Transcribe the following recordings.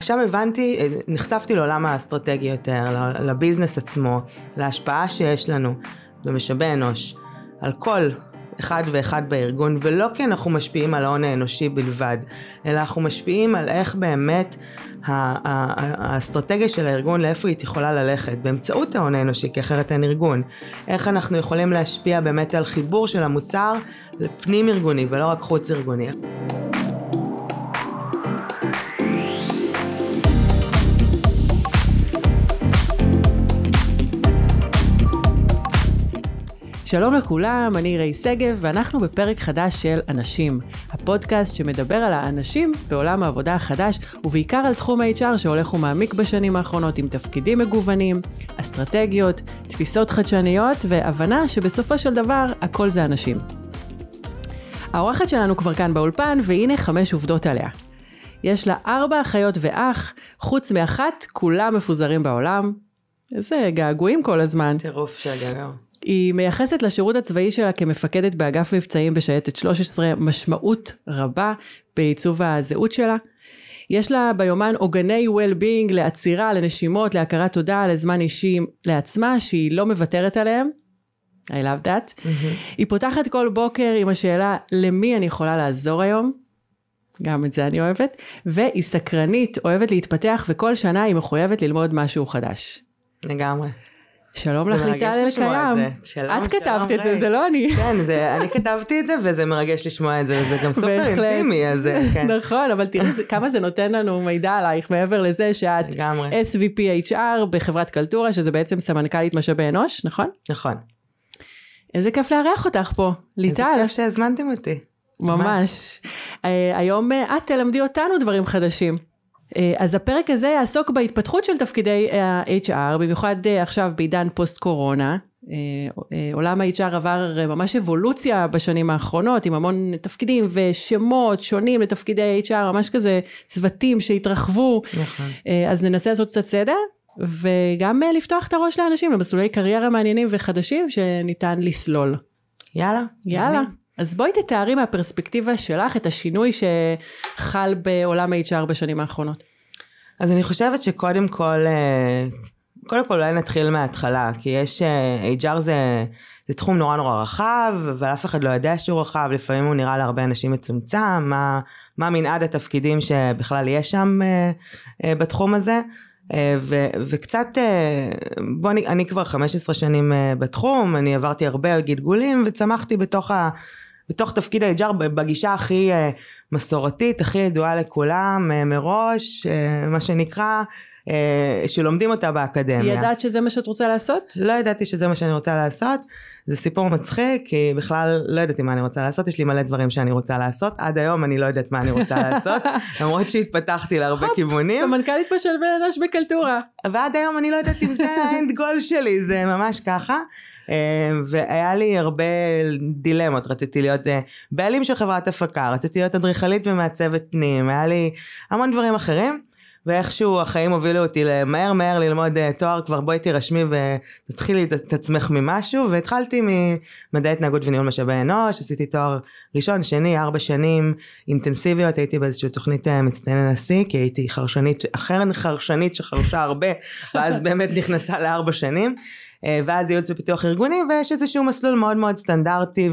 שם נחשפתי לעולם האסטרטגי יותר, לביזנס עצמו, להשפעה שיש לנו במשאבי אנוש, על כל אחד ואחד בארגון, ולא כי אנחנו משפיעים על ההון האנושי בלבד, אלא אנחנו משפיעים על איך באמת האסטרטגיה של הארגון, לאיפה היא יכולה ללכת, באמצעות ההון האנושי, כי אחרת אין ארגון. איך אנחנו יכולים להשפיע באמת על חיבור של המוצר לפנים ארגוני, ולא רק חוץ ארגוני. שלום לכולם, אני רי סגב, ואנחנו בפרק חדש של אנשים, הפודקאסט שמדבר על האנשים בעולם העבודה החדש, ובעיקר על תחום ה-HR שהולך ומעמיק בשנים האחרונות עם תפקידים מגוונים, אסטרטגיות, תפיסות חדשניות, והבנה שבסופו של דבר הכל זה אנשים. האורחת שלנו כבר כאן באולפן, והנה 5 עובדות עליה. יש לה 4 אחיות ואח, חוץ מאחת, כולם מפוזרים בעולם. איזה געגועים כל הזמן. טירוף של געגוע. היא מייחסת לשירות הצבאי שלה כמפקדת באגף מבצעים בשייטת 13 משמעות רבה בעיצוב הזהות שלה. יש לה ביומן עוגני well-being לעצירה, לנשימות, להכרת תודה, לזמן אישי לעצמה שהיא לא מוותרת עליהם. I love that. היא פותחת כל בוקר עם השאלה למי אני יכולה לעזור היום. גם את זה אני אוהבת. והיא סקרנית, אוהבת להתפתח, וכל שנה היא מחויבת ללמוד משהו חדש. לגמרי. שלום לך ליטל אלקיים. את כתבת את זה, זה לא אני. כן, אני כתבתי את זה, וזה מרגש לשמוע את זה, וזה גם סופר אינטימי. נכון, אבל תראי כמה זה נותן לנו מידע עלייך, מעבר לזה שאת SVP HR בחברת קלטורה, שזה בעצם סמנכ"לית משאבי אנוש, נכון? נכון. איזה כיף לארח אותך פה, ליטל. איזה כיף שהזמנתם אותי. ממש. היום את תלמדי אותנו דברים חדשים. אז הפרק הזה יעסוק בהתפתחות של תפקידי ה-HR, במיוחד עכשיו בעידן פוסט-קורונה. עולם ה-HR עבר ממש אבולוציה בשנים האחרונות, עם המון תפקידים ושמות שונים לתפקידי ה-HR, ממש כזה צוותים שהתרחבו. נכון. אז ננסה לעשות קצת סדר, וגם לפתוח את הראש לאנשים, למסלולי קריירה מעניינים וחדשים שניתן לסלול. יאללה. יאללה. אז בואי תתארי מהפרספקטיבה שלך את השינוי שחל בעולם ה-HR בשנים האחרונות. אז אני חושבת שקודם כל אולי נתחיל מההתחלה, כי יש, HR זה תחום נורא נורא רחב, אבל אף אחד לא יודע שהוא רחב, לפעמים הוא נראה להרבה אנשים מצומצם, מה מנעד התפקידים שבכלל יש שם בתחום הזה, וקצת, אני כבר 15 שנים בתחום, אני עברתי הרבה גלגולים, וצמחתי בתוך תפקיד ה-HR בגישה הכי מסורתית, הכי ידועה לכולם, מראש, מה שנקרא, שלומדים אותה באקדמיה. ידעת שזה מה שאת רוצה לעשות? לא ידעתי שזה מה שאני רוצה לעשות, זה סיפור מצחיק, כי בכלל לא ידעתי מה אני רוצה לעשות, יש לי מלא דברים שאני רוצה לעשות, עד היום אני לא יודעת מה אני רוצה לעשות, למרות שהתפתחתי להרבה כיוונים. סמנכ"לית משאבי אנוש בקלטורה. ועד היום אני לא יודעת אם זה האנד גול שלי, זה ממש ככה, והיה לי הרבה דילמות, רציתי להיות בעלים של חברת הפקה, רציתי להיות אדריכלית ומעצבת פנים, היה לי המון דברים אחרים, ואיכשהו החיים הובילו אותי מהר ללמוד תואר, כבר בואי תירשמי ותתחילי את עצמך ממשהו, והתחלתי ממדעי התנהגות וניהול משאבי אנוש, עשיתי תואר ראשון, שני, 4 שנים אינטנסיביות, הייתי באיזושהי תוכנית מצטיין הנשיא, כי הייתי חרשנית שחרשה הרבה, ואז באמת נכנסה ל4 שנים, ואז ייעוץ ופיתוח ארגוני, ויש איזשהו מסלול מאוד מאוד סטנדרטי,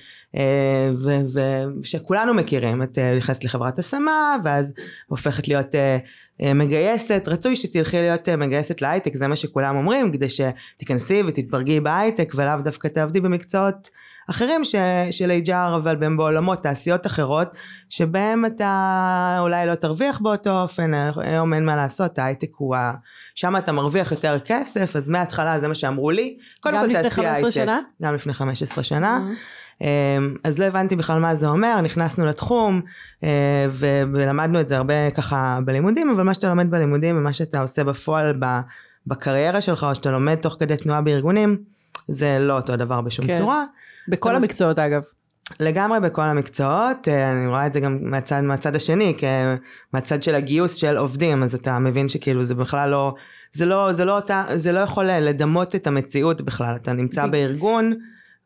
ושכולנו מכירים, את נכנסת לחברת השמה, ואז הופכת להיות מגייסת, רצוי שתלכי להיות מגייסת להייטק, זה מה שכולם אומרים, כדי שתיכנסי ותתברגי בהייטק, ולאו דווקא תעבדי במקצועות אחרים של HR, אבל בהם בעולמות, תעשיות אחרות, שבהם אתה אולי לא תרוויח באותו אופן, היום אין מה לעשות, ההייטק הוא, שם אתה מרוויח יותר כסף, אז מההתחלה זה מה שאמרו לי, גם לפני 15 שנה? גם לפני 15 שנה, אז לא הבנתי בכלל מה זה אומר, נכנסנו לתחום, ולמדנו את זה הרבה ככה בלימודים, אבל מה שאתה לומד בלימודים, ומה שאתה עושה בפועל בקריירה שלך, או שאתה לומד תוך כדי תנועה בארגונים, זה לא אותו דבר בשום צורה. בכל המקצועות אגב. לגמרי בכל המקצועות, אני רואה את זה גם מהצד השני, מהצד של הגיוס של עובדים, אז אתה מבין שכאילו זה בכלל לא, זה לא יכול לדמות את המציאות בכלל, אתה נמצא בארגון,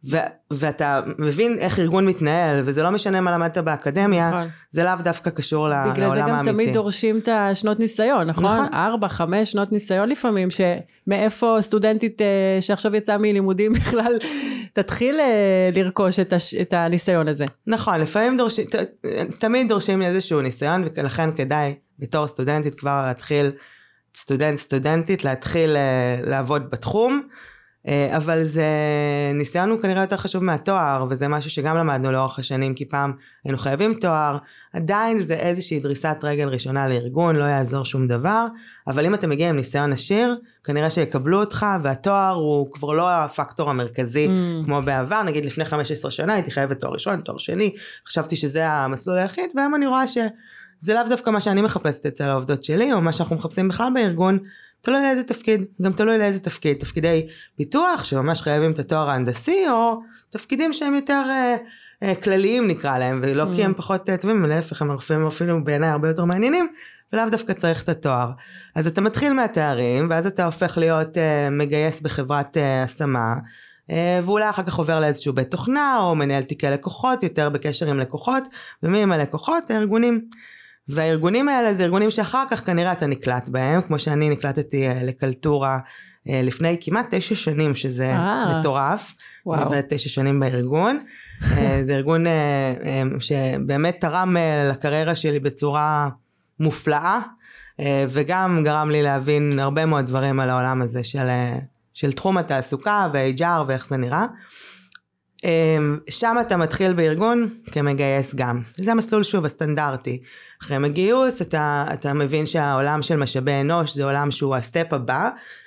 ואתה מבין איך ארגון מתנהל, וזה לא משנה מה למדת באקדמיה, נכון. זה לאו דווקא קשור לעולם האמיתי. בגלל זה גם תמיד דורשים את השנות ניסיון, נכון? 4-5 שנות ניסיון לפעמים, שמאיפה סטודנטית שעכשיו יצאה מלימודים בכלל, תתחיל לרכוש את הניסיון הזה. נכון, לפעמים תמיד דורשים איזשהו ניסיון, ולכן כדאי בתור סטודנטית כבר להתחיל, סטודנטית, להתחיל לעבוד בתחום, אבל זה ניסיון הוא כנראה יותר חשוב מהתואר, וזה משהו שגם למדנו לאורך השנים, כי פעם היינו חייבים תואר, עדיין זה איזושהי דריסת רגל ראשונה לארגון, לא יעזור שום דבר, אבל אם אתה מגיע עם ניסיון עשיר, כנראה שיקבלו אותך, והתואר הוא כבר לא הפקטור המרכזי, כמו בעבר, נגיד לפני 15 שנה, הייתי חייבת תואר ראשון, תואר שני, חשבתי שזה המסלול היחיד, והיום אני רואה שזה לאו דווקא מה שאני מחפשת אצל העובדות שלי, או מה שאנחנו מחפשים בכלל בארגון, תלוי לאיזה תפקיד, גם תלוי לאיזה תפקיד, תפקידי פיתוח שממש חייבים את התואר ההנדסי, או תפקידים שהם יותר כלליים נקרא להם, ולא כי הם פחות טובים, להפך הם אפילו בעיניי הרבה יותר מעניינים, ולאו דווקא צריך את התואר. אז אתה מתחיל מהתארים, ואז אתה הופך להיות מגייס בחברת השמה, ואולי אחר כך עובר לאיזשהו בית תוכנה, או מנהל תיקי לקוחות, יותר בקשר עם לקוחות, ומי עם הלקוחות? הארגונים. והארגונים האלה זה ארגונים שאחר כך כנראה אתה נקלט בהם, כמו שאני נקלטתי לקלטורה לפני כמעט 9 שנים, שזה מטורף, אבל 9 שנים בארגון, זה ארגון שבאמת תרם לקריירה שלי בצורה מופלאה, וגם גרם לי להבין הרבה מאוד דברים על העולם הזה של תחום התעסוקה וה-HR ואיך זה נראה. שם אתה מתחיל בארגון כמגייס גם. זה המסלול שוב הסטנדרטי. אחרי מגיוס אתה מבין שהעולם של משאבי אנוש זה עולם שהוא הסטפ הבא,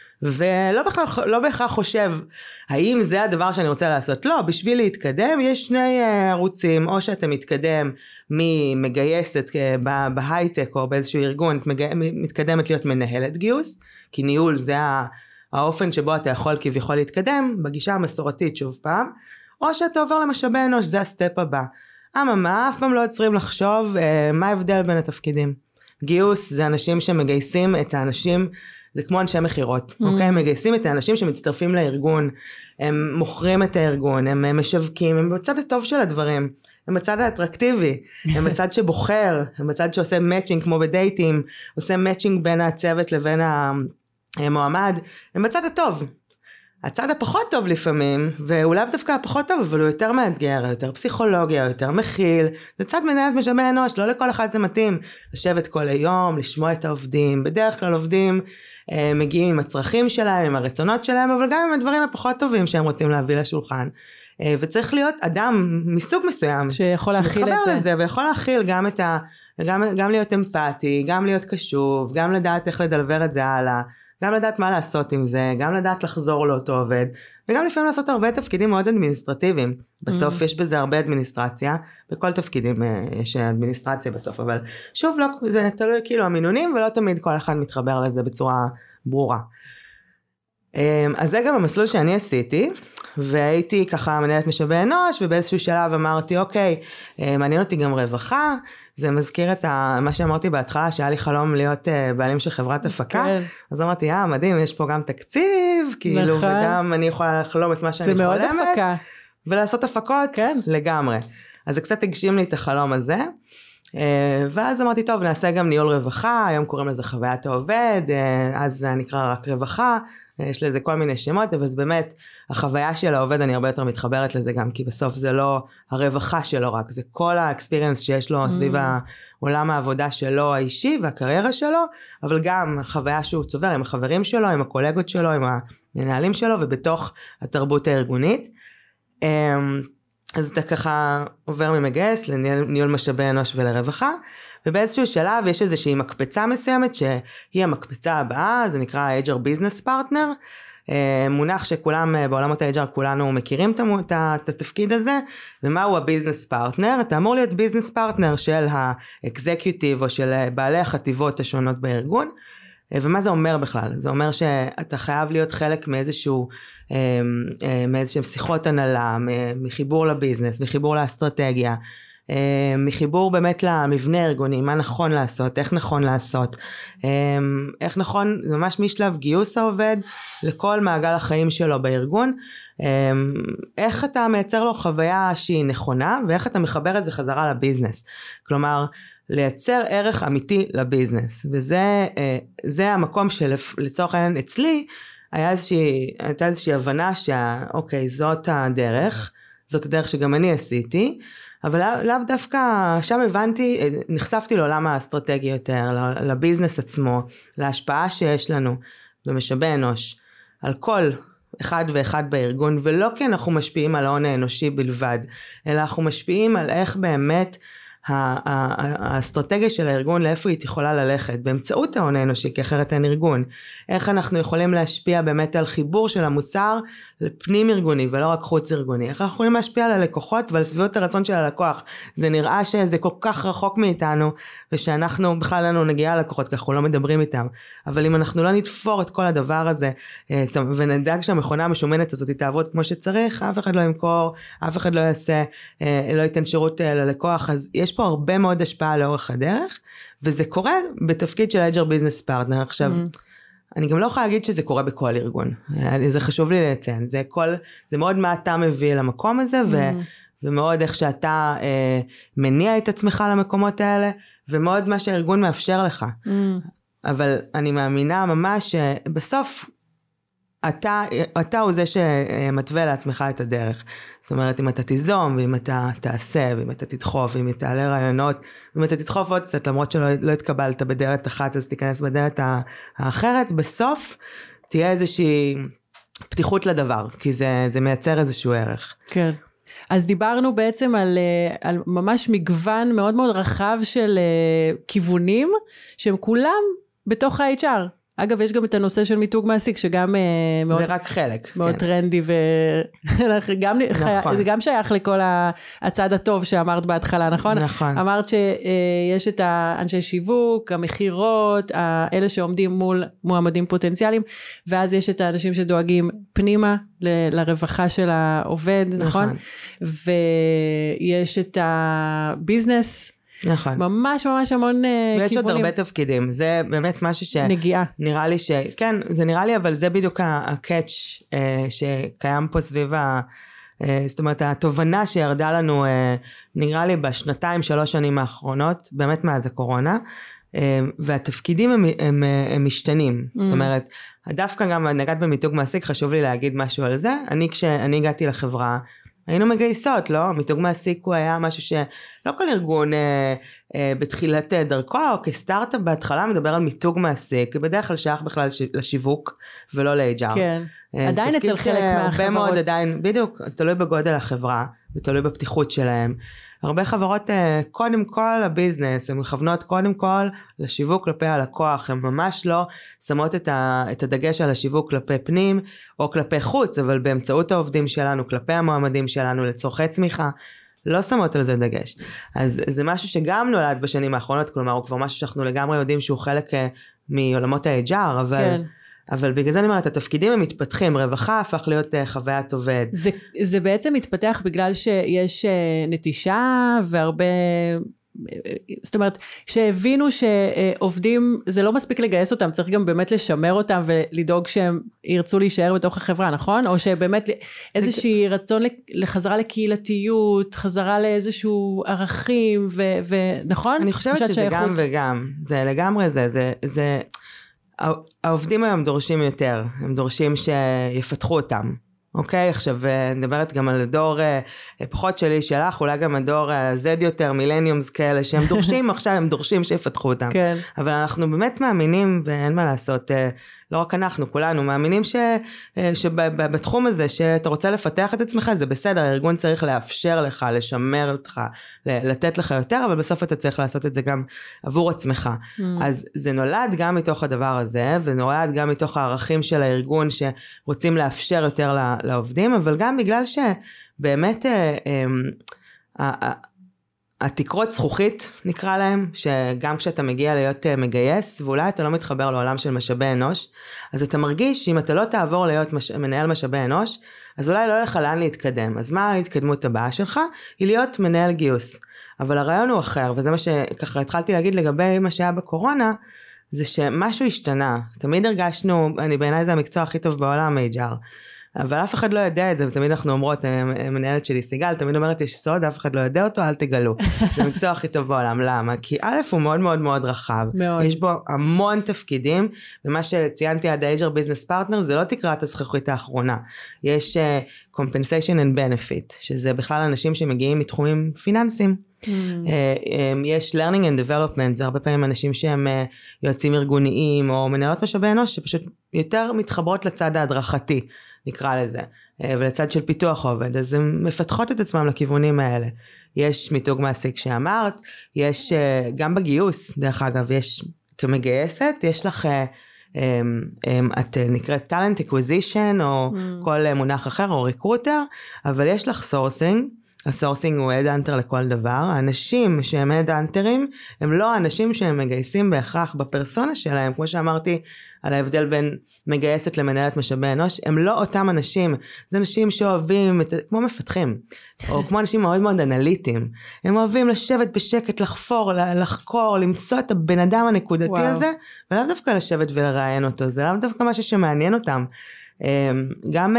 ולא בהכרח חושב האם זה הדבר שאני רוצה לעשות. לא, בשביל להתקדם יש שני ערוצים, או שאתה מתקדם ממגייסת בהייטק או באיזשהו ארגון, מתקדמת להיות מנהלת גיוס, כי ניהול זה האופן שבו אתה יכול כביכול להתקדם, בגישה המסורתית שוב פעם, או שאתה עובר למשאבי אנוש, זה הסטפ הבא. אממה, אף פעם לא צריכים לחשוב מה ההבדל בין התפקידים. גיוס זה אנשים שמגייסים את האנשים, זה כמו אנשי מחירות, אוקיי? הם מגייסים את האנשים שמצטרפים לארגון, הם מוכרים את הארגון, הם משווקים, הם בצד הטוב של הדברים, הם בצד האטרקטיבי, הם בצד שבוחר, הם בצד שעושה מאצ'ינג כמו בדייטים, עושה מאצ'ינג בין הצוות לבין המועמד, הם בצד הטוב. הצד הפחות טוב לפעמים, ואולי דווקא הפחות טוב, אבל הוא יותר מאתגר, יותר פסיכולוגיה, יותר מכיל, זה צד מנהלת משאבי אנוש, לא לכל אחד זה מתאים, לשבת כל היום, לשמוע את העובדים, בדרך כלל עובדים מגיעים עם הצרכים שלהם, עם הרצונות שלהם, אבל גם עם הדברים הפחות טובים שהם רוצים להביא לשולחן, וצריך להיות אדם מסוג מסוים, שיכול להכיל את זה, ויכול להכיל גם להיות אמפתי, גם להיות קשוב, גם לדעת איך לדלבר את זה הלאה, גם לדעת מה לעשות עם זה, גם לדעת לחזור לאותו עובד, וגם לפעמים לעשות הרבה תפקידים מאוד אדמיניסטרטיביים. בסוף יש בזה הרבה אדמיניסטרציה, בכל תפקידים יש אדמיניסטרציה בסוף, אבל שוב, לא, זה תלוי כאילו המינונים, ולא תמיד כל אחד מתחבר לזה בצורה ברורה. אז זה גם המסלול שאני עשיתי, והייתי ככה מנהלת משאבי אנוש, ובאיזשהו שלב אמרתי, אוקיי, מעניין אותי גם רווחה, זה מזכיר את מה שאמרתי בהתחלה, שהיה לי חלום להיות בעלים של חברת הפקה, כן. אז אמרתי, מדהים, יש פה גם תקציב, כאילו, וגם אני יכולה לחלום את מה שאני חולמת, זה מאוד הפקה. ולעשות הפקות כן. לגמרי. אז זה קצת הגשים לי את החלום הזה, ואז אמרתי, טוב, נעשה גם ניהול רווחה, היום קוראים לזה חוויית העובד, אז זה נקרא רק רווחה, יש לזה כל מיני שמות, אבל זה באמת, החוויה של העובד, אני הרבה יותר מתחברת לזה גם, כי בסוף זה לא הרווחה שלו רק, זה כל האקספיריאנס שיש לו סביב העולם העבודה שלו האישי והקריירה שלו, אבל גם החוויה שהוא צובר עם החברים שלו, עם הקולגות שלו, עם המנהלים שלו, ובתוך התרבות הארגונית. אז אתה ככה עובר ממגייס לניהול משאבי אנוש ולרווחה, ובאיזשהו שלב יש איזושהי מקפצה מסוימת שהיא המקפצה הבאה, זה נקרא HR Business Partner, מונח שכולם בעולמות ה-HR כולנו מכירים את התפקיד הזה, ומהו ה-Business Partner? אתה אמור להיות Business Partner של ה-Executive או של בעלי החטיבות השונות בארגון, ומה זה אומר בכלל? זה אומר שאתה חייב להיות חלק מאיזשהם שיחות הנהלה, מחיבור לביזנס, מחיבור לאסטרטגיה, מחיבור באמת למבנה הארגוני, מה נכון לעשות, איך נכון לעשות, איך נכון, ממש משלב גיוס העובד, לכל מעגל החיים שלו בארגון, איך אתה מייצר לו חוויה שהיא נכונה, ואיך אתה מחבר את זה חזרה לביזנס, כלומר, לייצר ערך אמיתי לביזנס, וזה המקום שלצורך העניין אצלי, הייתה איזושהי הבנה אוקיי, זאת הדרך שגם אני עשיתי, אבל לאו דווקא, שם הבנתי, נחשפתי לעולם האסטרטגי יותר, לביזנס עצמו, להשפעה שיש לנו במשאבי אנוש, על כל אחד ואחד בארגון, ולא כי אנחנו משפיעים על ההון האנושי בלבד, אלא אנחנו משפיעים על איך באמת האסטרטגיה של הארגון, לאיפה היא יכולה ללכת, באמצעות ההון האנושי, כי אחרת אין ארגון. איך אנחנו יכולים להשפיע באמת על חיבור של המוצר לפנים ארגוני, ולא רק חוץ ארגוני. איך אנחנו יכולים להשפיע על הלקוחות, ועל סביבות הרצון של הלקוח. זה נראה שזה כל כך רחוק מאיתנו, ושאנחנו בכלל לנו נגיעה ללקוחות, כי אנחנו לא מדברים איתם. אבל אם אנחנו לא נתפור את כל הדבר הזה, ונדאג שהמכונה המשומנת הזאת תעבוד כמו שצריך, אף אחד לא ימכור, אף אחד לא יעשה, לא ייתן שירות ללקוח, אז יש פה הרבה מאוד השפעה לאורך הדרך, וזה קורה בתפקיד של Agile Business Partner. עכשיו, אני גם לא יכולה להגיד שזה קורה בכל ארגון, זה חשוב לי לציין, זה מאוד מה אתה מביא למקום הזה, ומאוד איך שאתה מניע את עצמך למקומות האלה, ומאוד מה שהארגון מאפשר לך. אבל אני מאמינה ממש שבסוף, אתה הוא זה שמתווה לעצמך את הדרך. זאת אומרת, אם אתה תיזום, ואם אתה תעשה, ואם אתה תדחוף, ואם אתה תעלה רעיונות, ואם אתה תדחוף עוד קצת, למרות שלא התקבלת בדלת אחת, אז תיכנס בדלת האחרת, בסוף תהיה איזושהי פתיחות לדבר, כי זה מייצר איזשהו ערך. כן. אז דיברנו בעצם על ממש מגוון מאוד מאוד רחב של כיוונים, שהם כולם בתוך ה-HR. אגב, יש גם את הנושא של מיתוג מעסיק, שגם מאוד... זה רק חלק. מאוד טרנדי, זה גם שייך לכל הצד הטוב שאמרת בהתחלה, נכון? נכון. אמרת שיש את האנשי שיווק, המחירות, אלה שעומדים מול מועמדים פוטנציאליים, ואז יש את האנשים שדואגים פנימה לרווחה של העובד, נכון? ויש את הביזנס, נכון. ממש ממש המון כיוונים. ויש עוד הרבה תפקידים, זה באמת משהו נגיעה. נראה לי כן, זה נראה לי, אבל זה בדיוק הקאץ' שקיים פה סביב זאת אומרת, התובנה שירדה לנו, נראה לי בשנתיים, 3 שנים האחרונות, באמת מאז הקורונה, והתפקידים הם משתנים, זאת אומרת, דווקא גם נגעת במיתוג מעסיק, חשוב לי להגיד משהו על זה, כשאני הגעתי לחברה, היינו מגייסות, לא? מיתוג מעסיק הוא היה משהו שלא כל ארגון בתחילת דרכו, או כסטארט-אפ בהתחלה מדבר על מיתוג מעסיק, בדרך כלל שייך בכלל לשיווק, ולא ל-HR. כן, עדיין אצל חלק מהחברות. הרבה מאוד עדיין, בדיוק, תלוי בגודל החברה, ותלוי בפתיחות שלהם. הרבה חברות, קודם כל הביזנס, הן מכוונות קודם כל לשיווק כלפי הלקוח, הן ממש לא שמות את הדגש על השיווק כלפי פנים, או כלפי חוץ, אבל באמצעות העובדים שלנו, כלפי המועמדים שלנו, לצורכי צמיחה, לא שמות על זה דגש. אז זה משהו שגם נולד בשנים האחרונות, כלומר, הוא כבר משהו שאנחנו לגמרי יודעים שהוא חלק מעולמות ה-HR, אבל... כן. אבל בגלל זה אני אומרת, התפקידים הם מתפתחים, רווחה הפך להיות חוויית עובד. זה בעצם מתפתח בגלל שיש נטישה והרבה, זאת אומרת, שהבינו שעובדים, זה לא מספיק לגייס אותם, צריך גם באמת לשמר אותם ולדאוג שהם ירצו להישאר בתוך החברה, נכון? או שבאמת איזושהי רצון לחזרה לקהילתיות, חזרה לאיזשהו ערכים, ונכון? אני חושבת שזה גם וגם, זה לגמרי זה העובדים היום דורשים יותר, הם דורשים שיפתחו אותם, אוקיי? עכשיו נדברת גם על הדור פחות שלי, שלך, אולי גם הדור Z יותר, מילניומס כאלה, שהם דורשים עכשיו, הם דורשים שיפתחו אותם. כן. אבל אנחנו באמת מאמינים, ואין מה לעשות, לא רק אנחנו, כולנו, מאמינים שבתחום הזה, שאתה רוצה לפתח את עצמך, זה בסדר, הארגון צריך לאפשר לך, לשמר אותך, לתת לך יותר, אבל בסוף אתה צריך לעשות את זה גם עבור עצמך. אז זה נולד גם מתוך הדבר הזה, ונולד גם מתוך הערכים של הארגון, שרוצים לאפשר יותר לעובדים, אבל גם בגלל שבאמת, התקרות זכוכית נקרא להם, שגם כשאתה מגיע להיות מגייס, ואולי אתה לא מתחבר לעולם של משאבי אנוש, אז אתה מרגיש שאם אתה לא תעבור להיות מנהל משאבי אנוש, אז אולי לא יהיה לך לאן להתקדם. אז מה ההתקדמות הבאה שלך? היא להיות מנהל גיוס. אבל הרעיון הוא אחר, וזה מה שככה התחלתי להגיד לגבי מה שהיה בקורונה, זה שמשהו השתנה, תמיד הרגשנו, בעיניי זה המקצוע הכי טוב בעולם, HR, אבל אף אחד לא יודע את זה, ותמיד אנחנו אומרות, מנהלת שלי סיגל, תמיד אומרת, יש סוד, אף אחד לא יודע אותו, אל תגלו. זה המקצוע הכי טוב בעולם, למה? כי א' הוא מאוד מאוד מאוד רחב, מאוד. יש בו המון תפקידים, ומה שציינתי עד ה-HR Business Partner, זה לא תקרת הזכוכית האחרונה, יש compensation and benefit, שזה בכלל אנשים שמגיעים מתחומים פיננסיים, יש learning and development, זה הרבה פעמים אנשים שהם יועצים ארגוניים, או מנהלות משאבי אנוש, שפשוט יותר מתחברות לצד ההדרכתי, נקרא לזה, ולצד של פיתוח עובד, אז הן מפתחות את עצמם לכיוונים האלה. יש מיתוג מעסיק שאמרת, יש גם בגיוס, דרך אגב, יש כמגייסת, יש לך, את נקראת talent acquisition, או כל מונח אחר, או recruiter, אבל יש לך sourcing, הסורסינג הוא headhunter לכל דבר, האנשים שהם headhunterים, הם לא האנשים שהם מגייסים בהכרח בפרסונה שלהם, כמו שאמרתי על ההבדל בין מגייסת למנהלת משאבי אנוש, הם לא אותם אנשים, זה אנשים שאוהבים, כמו מפתחים, או כמו אנשים מאוד מאוד אנליטיים, הם אוהבים לשבת בשקט, לחפור, לחקור, למצוא את הבן אדם הנקודתי הזה, ולאו דווקא לשבת ולראיין אותו, זה לאו דווקא משהו שמעניין אותם, גם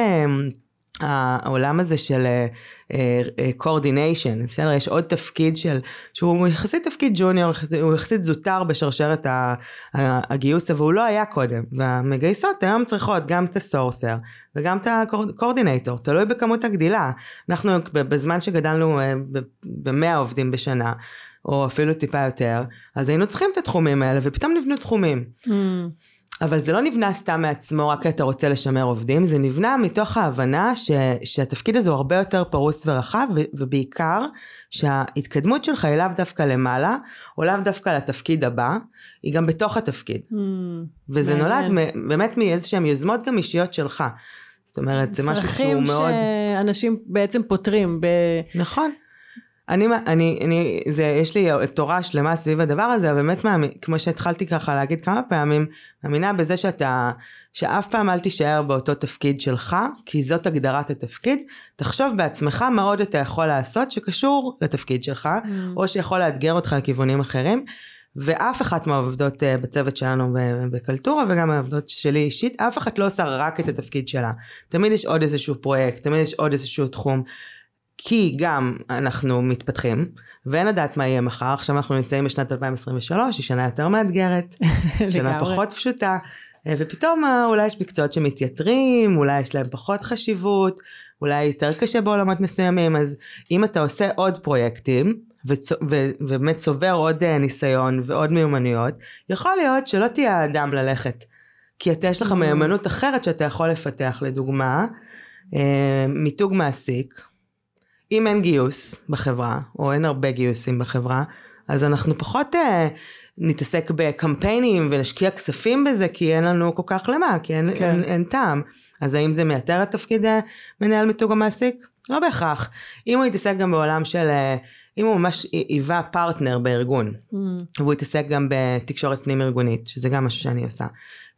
העולם הזה של coordination, בסדר, יש עוד תפקיד שהוא יחסית תפקיד ג'וניור, הוא יחסית זוטר בשרשרת הגיוס, אבל הוא לא היה קודם, והמגייסות היום צריכות גם את הסורסר, וגם את הקורדינטור, תלוי בכמות הגדילה, אנחנו בזמן שגדלנו ב100 עובדים בשנה, או אפילו טיפה יותר, אז היינו צריכים את התחומים האלה, ופתאום נבנו תחומים. אבל זה לא נבנה סתם מעצמו, רק אתה רוצה לשמר עובדים, זה נבנה מתוך ההבנה שהתפקיד הזה הוא הרבה יותר פרוס ורחב, ובעיקר שההתקדמות שלך היא לאו דווקא למעלה, או לאו דווקא לתפקיד הבא, היא גם בתוך התפקיד. וזה נולד באמת מאיזשהם יוזמות גם אישיות שלך. זאת אומרת, זה משהו שהוא מאוד... צרכים שאנשים בעצם פותרים. נכון. יש לי תורה שלמה סביב הדבר הזה, אבל באמת כמו שהתחלתי ככה להגיד כמה פעמים, מאמינה בזה שאף פעם אל תישאר באותו תפקיד שלך, כי זאת הגדרת התפקיד, תחשוב בעצמך מה עוד אתה יכול לעשות שקשור לתפקיד שלך, או שיכול לאתגר אותך לכיוונים אחרים, ואף אחת מהעובדות בצוות שלנו בקלטורה, וגם העובדות שלי אישית, אף אחת לא עושה רק את התפקיד שלה, תמיד יש עוד איזשהו פרויקט, תמיד יש עוד איזשהו תחום, כי גם אנחנו מתפתחים, ואין לדעת מה יהיה מחר, עכשיו אנחנו נמצאים בשנת 2023, היא שנה יותר מאתגרת, שנה פחות פשוטה, ופתאום אולי יש מקצועות שמתייתרים, אולי יש להם פחות חשיבות, אולי יותר קשה בעולמות מסוימים, אז אם אתה עושה עוד פרויקטים, ובאמת צובר עוד ניסיון ועוד מיומנויות, יכול להיות שלא תהיה האדם ללכת, כי יש לך מיומנות אחרת שאתה יכול לפתח, לדוגמה, מיתוג מעסיק, אם אין גיוס בחברה, או אין הרבה גיוסים בחברה, אז אנחנו פחות נתעסק בקמפיינים ונשקיע כספים בזה, כי אין לנו כל כך למה, כי אין טעם. אז האם זה מייתר את תפקיד מנהל מיתוג המעסיק? לא בהכרח. אם הוא יתעסק גם בעולם של, אם הוא ממש היווה פרטנר בארגון, והוא יתעסק גם בתקשורת פנים ארגונית, שזה גם משהו שאני עושה,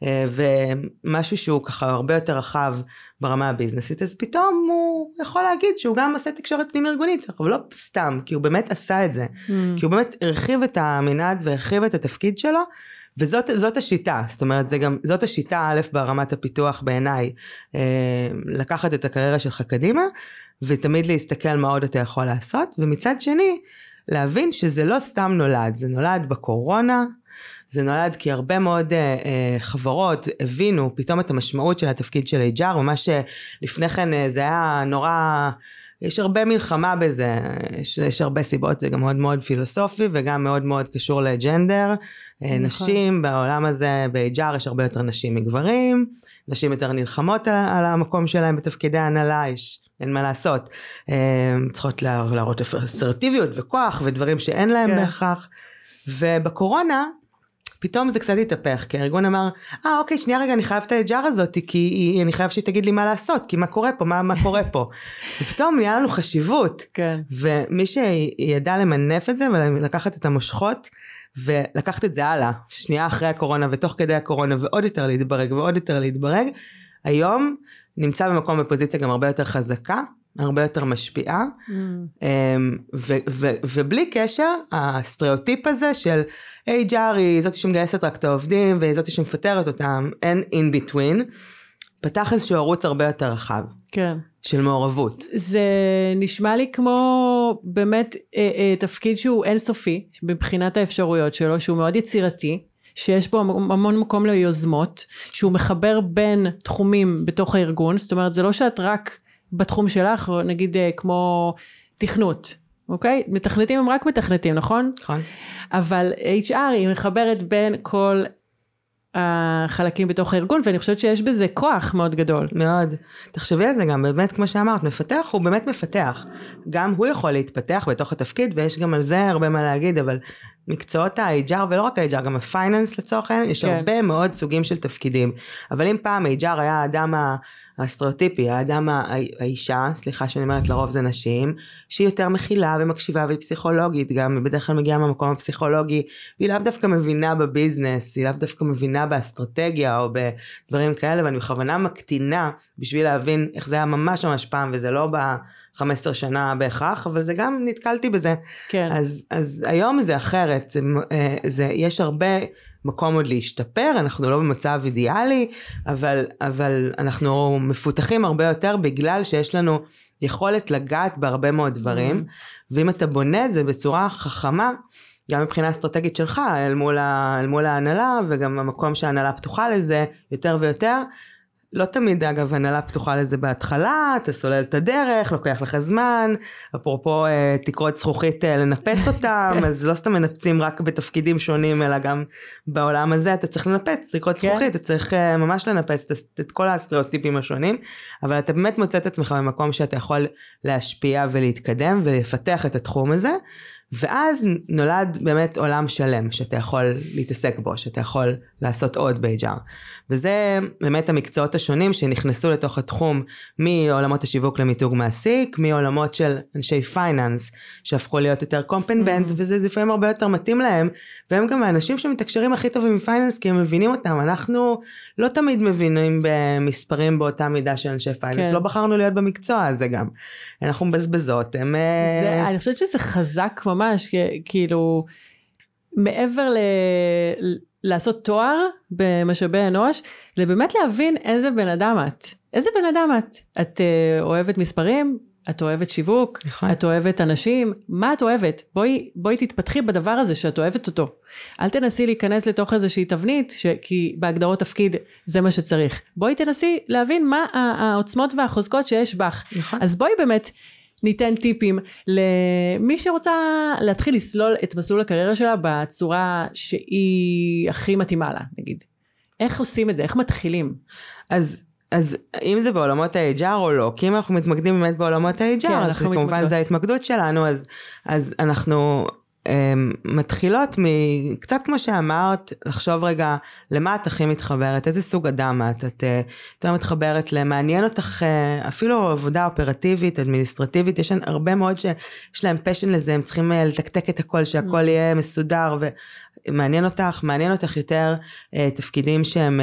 ומשהו שהוא ככה הרבה יותר רחב ברמה הביזנסית, אז פתאום הוא יכול להגיד שהוא גם עושה תקשורת פנים ארגונית, אבל לא סתם, כי הוא באמת עשה את זה, כי הוא באמת הרחיב את המנעד והרחיב את התפקיד שלו, וזאת השיטה, זאת אומרת, זאת השיטה א' ברמת הפיתוח בעיניי, לקחת את הקריירה שלך קדימה, ותמיד להסתכל מה עוד אתה יכול לעשות, ומצד שני, להבין שזה לא סתם נולד, זה נולד בקורונה, זה נולד כי הרבה מאוד חברות הבינו פתאום את המשמעות של התפקיד של HR, ממש לפני כן זה היה נורא, יש הרבה מלחמה בזה, יש הרבה סיבות, זה גם מאוד מאוד פילוסופי, וגם מאוד מאוד קשור לג'נדר, נשים בעולם הזה, ב-HR יש הרבה יותר נשים מגברים, נשים יותר נלחמות על המקום שלהם בתפקידי ההנהלה, אין מה לעשות, צריכות להראות אסרטיביות וכוח ודברים שאין להם בהכרח, ובקורונה פתאום זה קצת התהפך, כי הארגון אמר, אוקיי, שנייה רגע, אני חייב את ה-HR הזאת, כי אני חייב שהיא תגיד לי מה לעשות, כי מה קורה פה, מה קורה פה. ופתאום נהיה לנו חשיבות, כן. ומי שידע למנף את זה, ולקחת את המושכות, ולקחת את זה הלאה, שנייה אחרי הקורונה, ותוך כדי הקורונה, ועוד יותר להתברג, ועוד יותר להתברג, היום נמצא במקום בפוזיציה גם הרבה יותר חזקה, הרבה יותר משפיעה, ובלי קשר, הסטריאוטיפ הזה של HR היא זאת שמגייסת רק את העובדים, וזאת שמפטרת אותם, אין in between, פתח איזשהו ערוץ הרבה יותר רחב. כן. של מעורבות. זה נשמע לי כמו באמת תפקיד שהוא אינסופי, מבחינת האפשרויות שלו, שהוא מאוד יצירתי, שיש בו המון מקום ליוזמות, שהוא מחבר בין תחומים בתוך הארגון, זאת אומרת, זה לא שאת רק בתחום שלך, נגיד כמו תכנות, אוקיי? מתכנתים הם רק מתכנתים, נכון? נכון. אבל HR היא מחברת בין כל החלקים בתוך הארגון, ואני חושבת שיש בזה כוח מאוד גדול. מאוד. תחשבי על זה גם, באמת כמו שאמרת, מפתח הוא באמת מפתח. גם הוא יכול להתפתח בתוך התפקיד, ויש גם על זה הרבה מה להגיד, אבל מקצועות ה-HR, ולא רק ה-HR, גם הפייננס לצורך העניין, יש הרבה מאוד סוגים של תפקידים. אבל אם פעם ה-HR היה האדם הסטריאוטיפי, האדם האישה, סליחה שאני אומרת לרוב זה נשים, שהיא יותר מכילה ומקשיבה והיא פסיכולוגית, גם בדרך כלל מגיעה מהמקום הפסיכולוגי, והיא לאו דווקא מבינה בביזנס, היא לאו דווקא מבינה באסטרטגיה או בדברים כאלה, ואני בכוונה מקטינה בשביל להבין איך זה היה ממש ממש פעם, וזה לא ב-15 שנה בהכרח, אבל זה גם נתקלתי בזה. כן. אז היום זה אחרת, יש הרבה מקום עוד להשתפר, אנחנו לא במצב אידיאלי, אבל אנחנו מפותחים הרבה יותר בגלל שיש לנו יכולת לגעת בהרבה מאוד דברים, ואם אתה בונה את זה בצורה חכמה, גם מבחינה אסטרטגית שלך, אל מול ההנהלה, וגם המקום שההנהלה פתוחה לזה יותר ויותר, לא תמיד אגב הנהלה פתוחה לזה בהתחלה, אתה סולל את הדרך, לוקח לך זמן, אפרופו תקרות זכוכית לנפץ אותם, אז לא סתם מנפצים רק בתפקידים שונים, אלא גם בעולם הזה אתה צריך לנפץ תקרות זכוכית, אתה צריך ממש לנפץ את כל הסטריאוטיפים השונים, אבל אתה באמת מוצא את עצמך במקום שאתה יכול להשפיע ולהתקדם ולפתח את התחום הזה, ואז נולד באמת עולם שלם שאתה יכול להתעסק בו, שאתה יכול לעשות עוד ב-HR. וזה באמת המקצועות השונים שנכנסו לתוך התחום מעולמות השיווק למיתוג מעסיק, מעולמות של אנשי פייננס שהפכו להיות יותר קומפנבנט, וזה לפעמים הרבה יותר מתאים להם, והם גם האנשים שמתקשרים הכי טובים מפייננס כי הם מבינים אותם. אנחנו לא תמיד מבינים במספרים באותה מידה של אנשי פייננס, כן. לא בחרנו להיות במקצוע הזה גם. אנחנו מבזבזות. אני חושבת שזה חזק ממש, כאילו, מעבר לעשות תואר במשאבי אנוש, לבאמת להבין איזה בן אדם את. איזה בן אדם את? את אוהבת מספרים? את אוהבת שיווק? נכון. את אוהבת אנשים? מה את אוהבת? בואי תתפתחי בדבר הזה שאת אוהבת אותו. אל תנסי להיכנס לתוך איזושהי תבנית, כי בהגדרות תפקיד זה מה שצריך. בואי תנסי להבין מה העוצמות והחוזקות שיש בך. נכון. אז בואי באמת ניתן טיפים למי שרוצה להתחיל לסלול את מסלול הקריירה שלה בצורה שהיא הכי מתאימה לה, נגיד. איך עושים את זה? איך מתחילים? אז אם זה בעולמות ה-HR או לא, כי אם אנחנו מתמקדים באמת בעולמות ה-HR, כן, אז כמובן זה ההתמקדות שלנו, אז אנחנו מתחילות קצת כמו שאמרת, לחשוב רגע למה את הכי מתחברת, איזה סוג אדם את יותר מתחברת למעניין אותך, אפילו עבודה אופרטיבית, אדמיניסטרטיבית, יש הרבה מאוד שיש להם פשן לזה, הם צריכים לתקתק את הכל, שהכל יהיה מסודר מעניין אותך יותר תפקידים שהם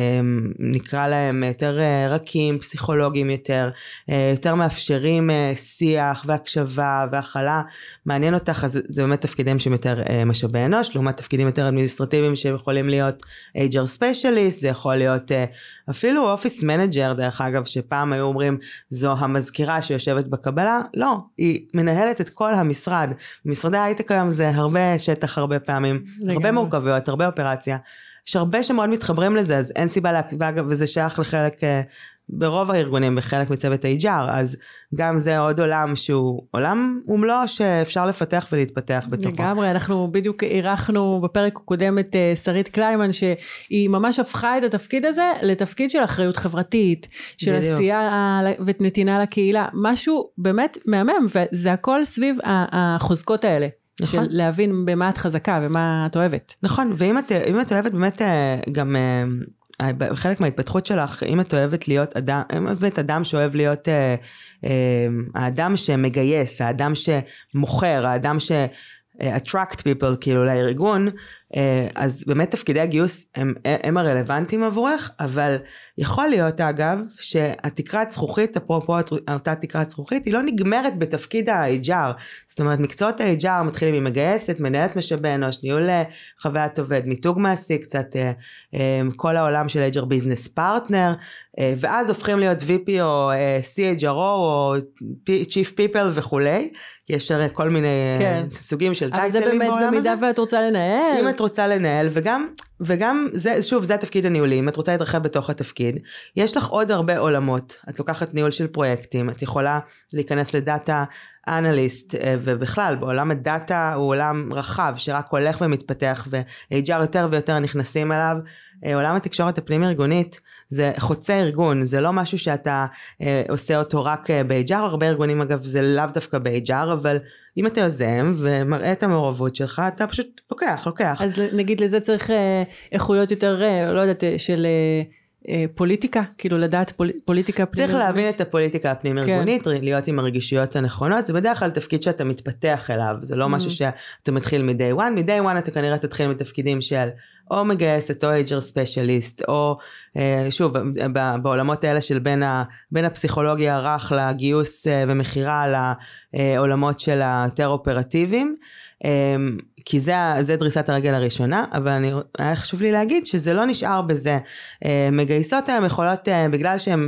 נקרא להם יותר רכים, פסיכולוגיים יותר מאפשרים שיח והקשבה והכלה, מעניין אותך, אז זה באמת תפקידים שהם יותר משאבי אנוש, לעומת תפקידים יותר אדמיניסטרטיביים שיכולים להיות HR Specialist, זה יכול להיות אפילו Office Manager דרך אגב, שפעם היו אומרים זו המזכירה שיושבת בקבלה, לא, היא מנהלת את כל המשרד, משרדי ההייטק היום זה הרבה שטח הרבה פעמים, הרבה מורכבויות, הרבה אופרציה, יש הרבה שמאוד מתחברים לזה, אז אין סיבה וזה שייך לחלק, ברוב הארגונים, בחלק מצוות ה-HR, אז גם זה עוד עולם שהוא עולם ומלוא שאפשר לפתח ולהתפתח בתוכו. לגמרי, אנחנו בדיוק אירחנו בפרק הקודם את שרית קליימן, שהיא ממש הפכה את התפקיד הזה לתפקיד של אחריות חברתית, של עשייה ונתינה לקהילה, משהו באמת מהמם, וזה הכל סביב החוזקות האלה. נכון. של להבין במה את חזקה ומה את אוהבת. נכון, ואם את אוהבת באמת גם חלק מההתפתחות שלך, אם את אוהבת להיות אדם שאוהב להיות האדם שמגייס, האדם שמוכר, האדם attract people כאילו לארגון, אז באמת תפקידי הגיוס הם הרלוונטיים עבורך, אבל יכול להיות אגב שהתקרת זכוכית, אפרופו אותה תקרת זכוכית, היא לא נגמרת בתפקיד ה-HR, זאת אומרת מקצועות ה-HR מתחילים עם מגייסת, מנהלת משאבי אנוש, ניהול חוויית עובד, מיתוג מעסיק, קצת כל העולם של HR Business Partner, ואז הופכים להיות VP או CHRO או Chief People וכולי, כי יש כל מיני סוגים של טייטלים בעולם הזה. אבל זה באמת במידה ואת רוצה לנהל. אם את רוצה לנהל, וגם שוב, זה התפקיד הניהולי, אם את רוצה להתרחב בתוך התפקיד, יש לך עוד הרבה עולמות, את לוקחת ניהול של פרויקטים, את יכולה להיכנס לדאטה אנליסט, ובכלל, בעולם הדאטה הוא עולם רחב, שרק הולך ומתפתח, ו-HR יותר ויותר נכנסים אליו, עולם התקשורת הפנים ארגונית, זה חוצה ארגון, זה לא משהו שאתה עושה אותו רק ב-HR, הרבה ארגונים אגב זה לאו דווקא ב-HR, אבל אם אתה יוזם ומראה את המעורבות שלך, אתה פשוט לוקח. אז נגיד לזה צריך איכויות יותר, לא יודעת, של פוליטיקה, כאילו לדעת פוליטיקה פנים ארגונית. צריך להבין את הפוליטיקה הפנים ארגונית, להיות עם הרגישויות הנכונות, זה בדרך כלל תפקיד שאתה מתפתח אליו, זה לא משהו שאתה מתחיל מ-day one, מ-day one אתה כנראה תתחיל מתפקידים של או מגייסת או HR ספיישליסט, או שוב, בעולמות האלה של בין הפסיכולוגיה הרך לגיוס ומחירה לעולמות של היותר אופרטיביים, כי זה דריסת הרגל הראשונה, אבל היה חשוב לי להגיד שזה לא נשאר בזה. מגייסות הן יכולות, בגלל שהן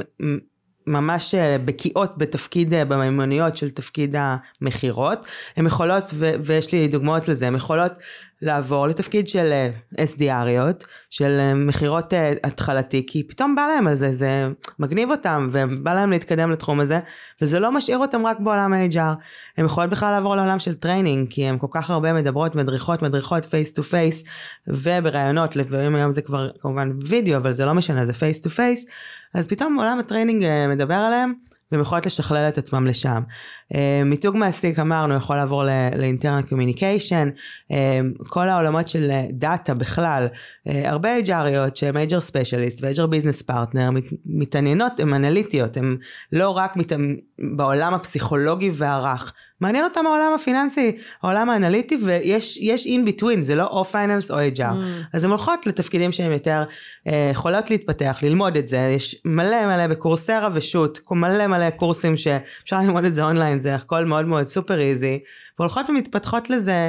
ממש בקיאות בתפקיד, במיומנויות של תפקיד המחירות, הן יכולות, ויש לי דוגמאות לזה, הן יכולות לעבור לתפקיד של SDRיות, של מחירות התחלתי, כי פתאום בא להם על זה, זה מגניב אותם, ובא להם להתקדם לתחום הזה, וזה לא משאיר אותם רק בעולם ה-HR, הם יכולות בכלל לעבור לעולם של טריינינג, כי הם כל כך הרבה מדברות, מדריכות פייס טו פייס, וברעיונות, לפעמים היום זה כבר כמובן וידאו, אבל זה לא משנה, זה פייס טו פייס, אז פתאום עולם הטריינינג מדבר עליהם, והם יכולות לשכלל את עצמם לשם. מיתוג מעסיק אמרנו, יכול לעבור ל-internal communication, כל העולמות של דאטה בכלל, הרבה HRיות שהם HR specialist ו-HR business partner, מתעניינות, הן אנליטיות, הן לא רק בעולם הפסיכולוגי והערך, מעניין אותם העולם הפיננסי, העולם האנליטי, ויש in between, זה לא או פייננס או HR, אז הן הולכות לתפקידים שהן יותר יכולות להתפתח, ללמוד את זה, יש מלא בקורסרה ושוט, מלא קורסים שאפשר ללמוד את זה אונליין, זה הכל מאוד מאוד סופר איזי, והולכות ומתפתחות לזה,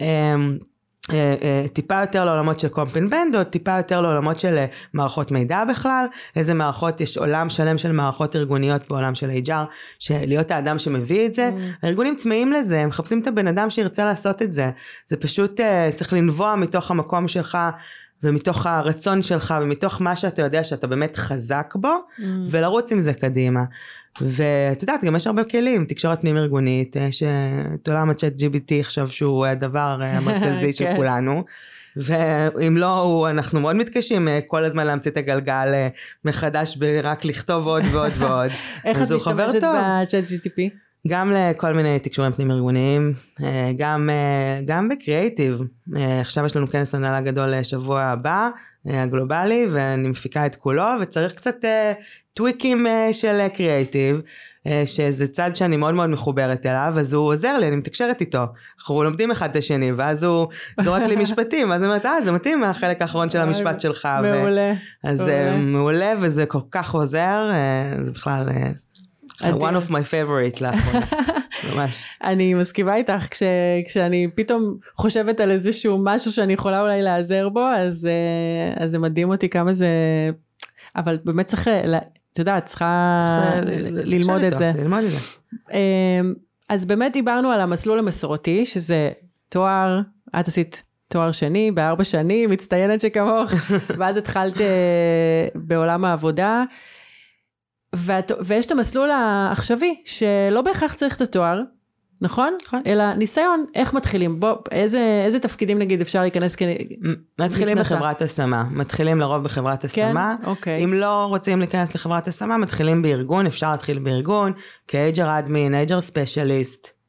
טיפה יותר לעולמות של קומפן-בנד, או טיפה יותר לעולמות של מערכות מידע בכלל, איזה מערכות, יש עולם שלם של מערכות ארגוניות בעולם של HR, שלהיות האדם שמביא את זה, הארגונים צמאים לזה, הם מחפשים את הבן אדם שירצה לעשות את זה, זה פשוט צריך לנבוע מתוך המקום שלך, ומתוך הרצון שלך, ומתוך מה שאתה יודע שאתה באמת חזק בו, ולרוץ עם זה קדימה. ואת יודעת, גם יש הרבה כלים, תקשורת פנים ארגונית, שאת עולם הצ'אט GPT חשב שהוא הדבר המרכזי של כולנו, ואם לא, אנחנו מאוד מתקשים כל הזמן להמציא את הגלגל מחדש, רק לכתוב עוד ועוד ועוד. איך את משתמשת בצ'אט GPT? גם לכל מיני תקשורים פנים ארגוניים, גם בקריאייטיב. עכשיו יש לנו כנס הנהלה גדול שבוע הבא, הגלובלי, ואני מפיקה את כולו, וצריך קצת טוויקים של קריאייטיב, שזה צד שאני מאוד מאוד מחוברת אליו, אז הוא עוזר לי, אני מתקשרת איתו, אנחנו לומדים אחד את השני, ואז הוא זורק לי משפטים, אז אני אומרת, זה מתאים מהחלק האחרון של המשפט שלך. מעולה. אז זה מעולה, וזה כל כך עוזר, זה בכלל one of my favorite לאחרונה, ממש. אני מסכימה איתך, כשאני פתאום חושבת על איזשהו משהו שאני יכולה אולי לעזר בו, אז זה מדהים אותי כמה זה, אבל באמת צריך, את יודעת, צריכה ללמוד את זה. ללמוד את זה. אז באמת דיברנו על המסלול המסורתי, שזה תואר, את עשית תואר שני, ב4 שנים, מצטיינת שכמוך, ואז התחלת בעולם העבודה, ויש את המסלול העכשווי, שלא בהכרח צריך את התואר, נכון? אלא ניסיון, איך מתחילים? בוא, איזה תפקידים נגיד אפשר להיכנס מתחילים בחברת השמה, מתחילים לרוב בחברת השמה, אם לא רוצים להיכנס לחברת השמה, מתחילים בארגון, אפשר להתחיל בארגון, כ-HR admin, HR specialist,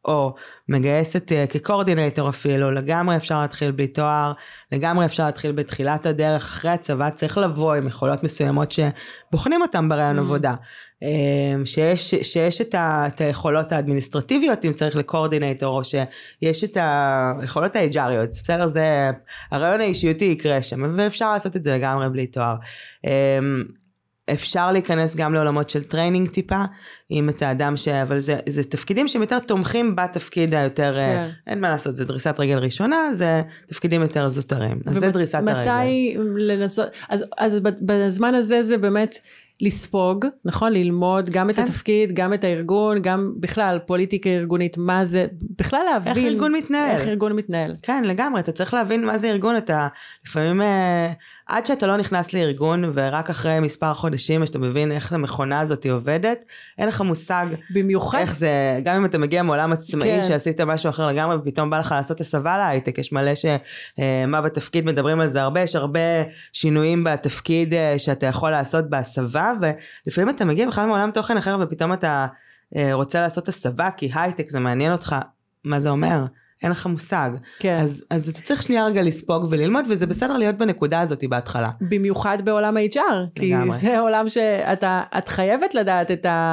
או מגייסת כקורדינטור אפילו, לגמרי אפשר להתחיל בלי תואר, לגמרי אפשר להתחיל בתחילת הדרך, אחרי הצבא צריך לבוא עם יכולות מסוימות שבוחנים אותם ברעיון עבודה, שיש את היכולות האדמיניסטרטיביות אם צריך לקורדינטור, או שיש את היכולות האג'ריות, בסדר, זה הרעיון האישיותי יקרה שם, ואפשר לעשות את זה לגמרי בלי תואר. אפשר להיכנס גם לעולמות של טריינינג טיפה, אם אתה אדם אבל זה תפקידים שהם יותר תומכים בתפקיד היותר, אין מה לעשות, זה דריסת רגל ראשונה, זה תפקידים יותר זוטרים, אז זה דריסת הרגל. מתי לנסות, אז בזמן הזה זה באמת לספוג, נכון? ללמוד גם את התפקיד, גם את הארגון, גם בכלל פוליטיקה ארגונית, מה זה, בכלל להבין. איך ארגון מתנהל. איך ארגון מתנהל. כן, לגמרי, אתה צריך להבין מה זה ארגון, אתה לפעמים, עד שאתה לא נכנס לארגון, ורק אחרי מספר חודשים, שאתה מבין איך המכונה הזאת עובדת, אין לך מושג. במיוחד. איך זה, גם אם אתה מגיע מעולם עצמאי, שעשית משהו אחר לגמרי, ופתאום בא לך לעשות הסבה להייטק, יש מלא מה בתפקיד מדברים על זה הרבה, יש הרבה שינויים בתפקיד שאתה יכול לעשות בהסבה, ולפעמים אתה מגיע בכלל מעולם תוכן אחר, ופתאום אתה רוצה לעשות הסבה, כי הייטק זה מעניין אותך, מה זה אומר? אין לך מושג. כן. אז אתה צריך שנייה רגע לספוג וללמוד, וזה בסדר להיות בנקודה הזאת בהתחלה. במיוחד בעולם ה-HR, כי זה עולם שאת חייבת לדעת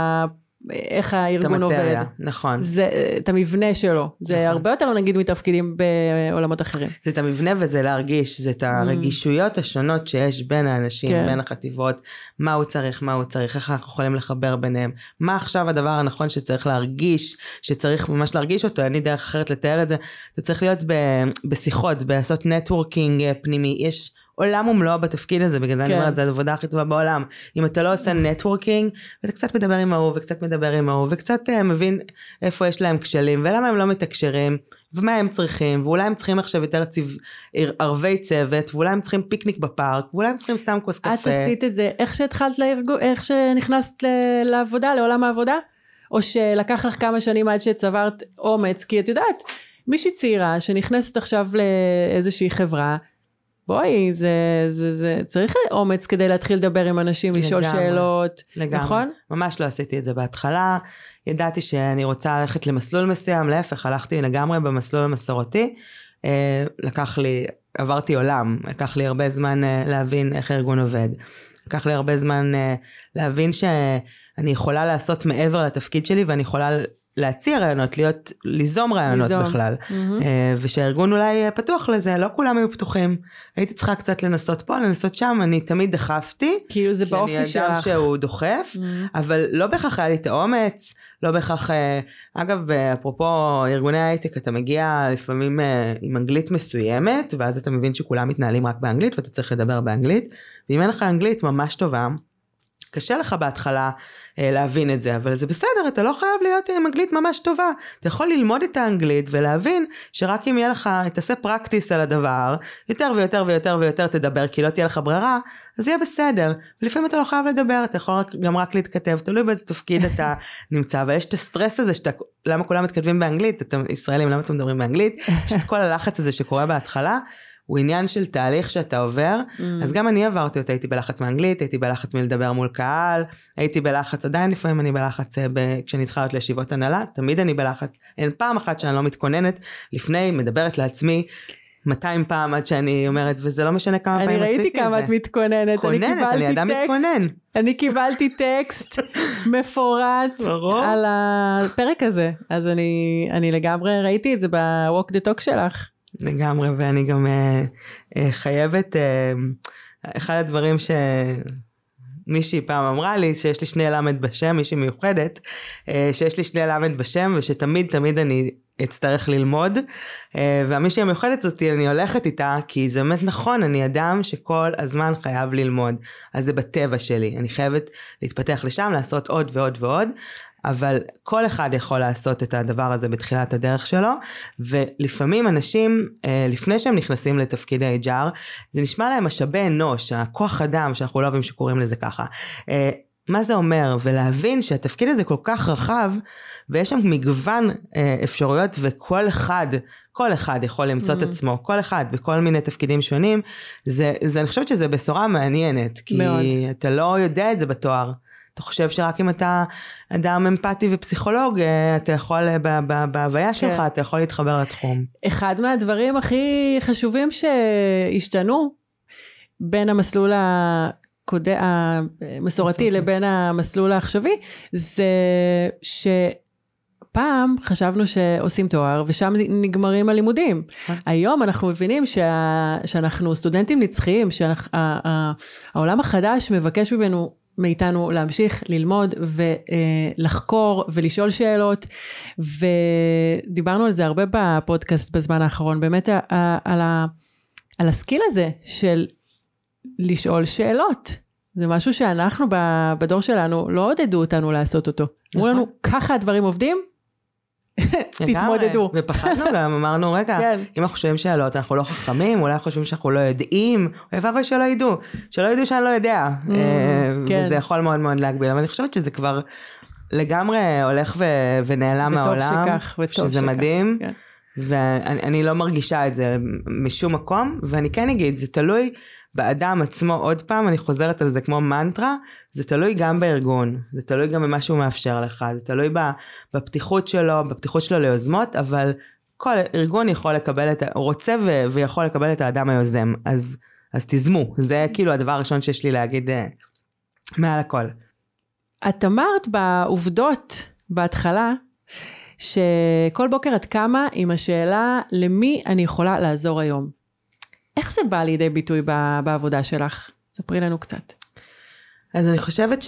איך הארגון עובד. נכון. זה את המבנה שלו. זה הרבה יותר נגיד מתפקידים בעולמות אחרים. זה את המבנה וזה להרגיש, זה את הרגישויות השונות שיש בין האנשים, בין החטיבות, מה הוא צריך, איך אנחנו יכולים לחבר ביניהם, מה עכשיו הדבר הנכון שצריך להרגיש, שצריך ממש להרגיש אותו, אין לי דרך אחרת לתאר את זה, אתה צריך להיות בשיחות, לעשות נטוורקינג פנימי, יש עולם ומלוא בתפקיד הזה, בגלל זה אני אומרת, זה העבודה הכי טובה בעולם. אם אתה לא עושה נטוורקינג, ואתה קצת מדבר עם ההוא, וקצת מדבר עם ההוא, וקצת מבין איפה יש להם כשלים, ולמה הם לא מתקשרים, ומה הם צריכים, ואולי הם צריכים עכשיו יותר ערבי צוות, ואולי הם צריכים פיקניק בפארק, ואולי הם צריכים סתם כוס קפה. את עשית את זה, איך שהתחלת לארגון, איך שנכנסת לעבודה, לעולם העבודה? או שלקח לך כמה שנים עד שצברת אומץ, כי את יודעת, מישהי צעירה שנכנסת עכשיו לאיזושהי חברה, בואי, זה צריך אומץ כדי להתחיל לדבר עם אנשים, לשאול שאלות, נכון? ממש לא עשיתי את זה בהתחלה, ידעתי שאני רוצה ללכת למסלול מסוים, להפך, הלכתי לגמרי במסלול המסורתי, עברתי עולם, לקח לי הרבה זמן להבין איך הארגון עובד, לקח לי הרבה זמן להבין שאני יכולה לעשות מעבר לתפקיד שלי, ואני יכולה להציע רעיונות, ליזום רעיונות בכלל, ושהארגון אולי פתוח לזה, לא כולם היו פתוחים, הייתי צריכה קצת לנסות פה, לנסות שם, אני תמיד דחפתי, כאילו זה באופי שלך, כי אני אדם שהוא דוחף, אבל לא בכך היה לי את האומץ, לא בכך, אגב, אפרופו ארגוני הייטק, אתה מגיע לפעמים עם אנגלית מסוימת, ואז אתה מבין שכולם מתנהלים רק באנגלית, ואתה צריך לדבר באנגלית, ואם אין לך אנגלית ממש טובה, קשה לך בהתחלה להבין את זה, אבל זה בסדר, אתה לא חייב להיות עם אנגלית ממש טובה, אתה יכול ללמוד את האנגלית ולהבין שרק אם יהיה לך, תעשה פרקטיס על הדבר, יותר ויותר ויותר ויותר תדבר, כי לא תהיה לך ברירה, אז יהיה בסדר, ולפעמים אתה לא חייב לדבר, אתה יכול גם רק להתכתב, תלוי באיזה תפקיד אתה נמצא, אבל יש את הסטרס הזה, למה כולם מתכתבים באנגלית, אתם ישראלים, למה אתם מדברים באנגלית, יש את כל הלחץ הזה שקורה בהתחלה, הוא עניין של תהליך שאתה עובר, אז גם אני עברתי אותה, הייתי בלחץ מאנגלית, הייתי בלחץ מלדבר מול קהל, הייתי בלחץ, עדיין לפעמים אני בלחץ כשאני צריכה להיות לישיבות הנהלה, תמיד אני בלחץ, אין פעם אחת שאני לא מתכוננת, לפני מדברת לעצמי, 200 פעם עד שאני אומרת, וזה לא משנה כמה פעמים עשיתי את זה. אני ראיתי כמה את מתכוננת, אני אדם מתכונן. אני קיבלתי טקסט מפורט על הפרק הזה, אז אני לגמרי ראיתי את זה ב-Walk the Talk שלך. לגמרי, ואני גם חייבת, אחד הדברים שמישהי פעם אמרה לי, שיש לי 2 למד בשם, מישהי מיוחדת, שיש לי 2 למד בשם, ושתמיד תמיד אני אצטרך ללמוד, והמישהי המיוחדת הזאת, אני הולכת איתה, כי זה באמת נכון, אני אדם שכל הזמן חייב ללמוד, אז זה בטבע שלי, אני חייבת להתפתח לשם, לעשות עוד ועוד ועוד, אבל כל אחד יכול לעשות את הדבר הזה בתחילת הדרך שלו, ולפעמים אנשים, לפני שהם נכנסים לתפקיד ה-HR, זה נשמע להם משאבי אנוש, הכוח אדם, שאנחנו לא אוהבים שקוראים לזה ככה, מה זה אומר? ולהבין שהתפקיד הזה כל כך רחב, ויש שם מגוון אפשרויות, וכל אחד יכול למצוא את עצמו, כל אחד בכל מיני תפקידים שונים, אני חושבת שזה בשורה מעניינת, כי אתה לא יודע את זה בתואר, אתה חושב שרק אם אתה אדם אמפתי ופסיכולוג, אתה יכול, בהוויה שלך, אתה יכול להתחבר לתחום. אחד מהדברים הכי חשובים שהשתנו, בין המסלול המסורתי לבין המסלול העכשווי, זה פעם חשבנו שעושים תואר, ושם נגמרים הלימודים. היום אנחנו מבינים שאנחנו סטודנטים נצחיים, שהעולם החדש מבקש מאיתנו להמשיך ללמוד ולחקור ולשאול שאלות, ודיברנו על זה הרבה בפודקאסט בזמן האחרון, באמת על הסקיל הזה של לשאול שאלות. זה משהו שאנחנו בדור שלנו לא עודדו אותנו לעשות אותו. אמרו לנו, ככה הדברים עובדים, תתמודדו. ופחדנו גם, אמרנו, רגע, אם אנחנו שואלים שאלות, אנחנו לא חכמים, אולי חושבים שאנחנו לא יודעים, אבל שלא ידעו שאני לא יודע. וזה יכול מאוד מאוד להגביל, אבל אני חושבת שזה כבר לגמרי הולך ונעלם מהעולם, שזה מדהים, ואני לא מרגישה את זה משום מקום, ואני כן אגיד, זה תלוי באדם עצמו, עוד פעם, אני חוזרת על זה כמו מנטרה, זה תלוי גם בארגון, זה תלוי גם במה שהוא מאפשר לך, זה תלוי בפתיחות שלו ליוזמות, אבל כל ארגון יכול לקבל רוצה ויכול לקבל את האדם היוזם, אז תזמו, זה כאילו הדבר הראשון שיש לי להגיד מעל הכל. את אמרת בעובדות בהתחלה, שכל בוקר את קמה עם השאלה, למי אני יכולה לעזור היום? איך זה בא לידי ביטוי בעבודה שלך? ספרי לנו קצת. אז אני חושבת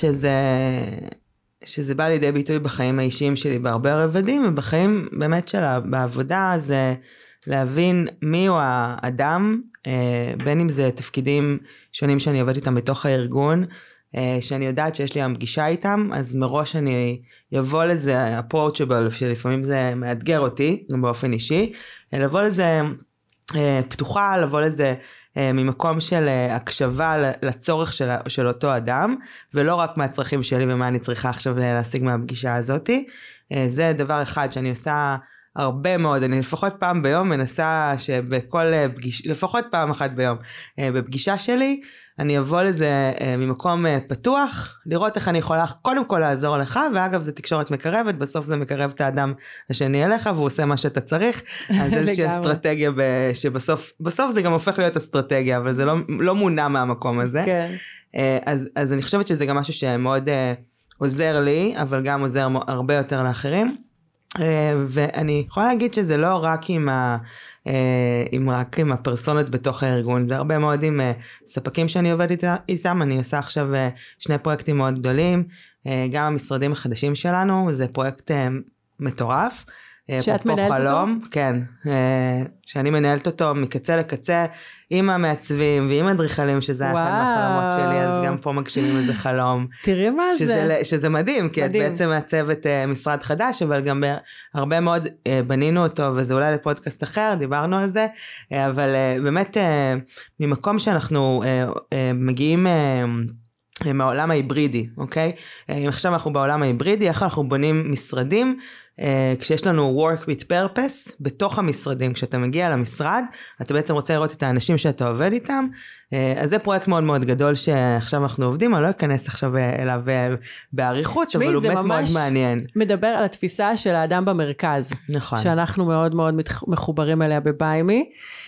שזה בא לידי ביטוי בחיים האישיים שלי בהרבה רבדים, ובחיים באמת שלה, בעבודה זה להבין מי הוא האדם, בין אם זה תפקידים שונים שאני עובדת איתם בתוך הארגון, שאני יודעת שיש לי פגישה איתם, אז מראש אני יבוא לזה approachable, שלפעמים זה מאתגר אותי, גם באופן אישי, לבוא לזה פתוחה, לבוא לזה ממקום של הקשבה לצורך של אותו אדם, ולא רק מהצרכים שלי ומה אני צריכה עכשיו להשיג מהפגישה הזאת. זה דבר אחד שאני עושה הרבה מאוד, אני לפחות פעם ביום מנסה לפחות פעם אחת ביום בפגישה שלי, אני אבוא לזה ממקום פתוח, לראות איך אני יכולה קודם כל לעזור לך, ואגב זה תקשורת מקרבת, בסוף זה מקרב את האדם השני אליך, והוא עושה מה שאתה צריך, אז איזושהי אסטרטגיה שבסוף זה גם הופך להיות אסטרטגיה, אבל זה לא מונע מהמקום הזה. כן. אז אני חושבת שזה גם משהו שמאוד עוזר לי, אבל גם עוזר הרבה יותר לאחרים. ואני יכולה להגיד שזה לא רק עם הפרסונות בתוך הארגון, זה הרבה מאוד עם ספקים שאני עובדת איתם, אני עושה עכשיו 2 פרויקטים מאוד גדולים, גם המשרדים החדשים שלנו, זה פרויקט מטורף. שאת מנהלת אותו? כן, שאני מנהלת אותו מקצה לקצה, עם המעצבים ועם אדריכלים, שזה אחד מהחלומות שלי, אז גם פה מגשימים איזה חלום. תראי מה זה. שזה מדהים, כי את בעצם מעצבת משרד חדש, אבל גם הרבה מאוד בנינו אותו, וזה אולי לפודקאסט אחר, דיברנו על זה, אבל באמת ממקום שאנחנו מגיעים מהעולם ההיברידי, אוקיי? עכשיו אנחנו בעולם ההיברידי, איך אנחנו בונים משרדים, כשיש לנו work with purpose, בתוך המשרדים, כשאתה מגיע למשרד, אתה בעצם רוצה לראות את האנשים שאתה עובד איתם, אז זה פרויקט מאוד מאוד גדול שעכשיו אנחנו עובדים, אני לא אכנס עכשיו אליו בעריכות, אבל הוא באמת מאוד מעניין. מדבר על התפיסה של האדם במרכז, נכון. שאנחנו מאוד מאוד מחוברים אליה בביימי,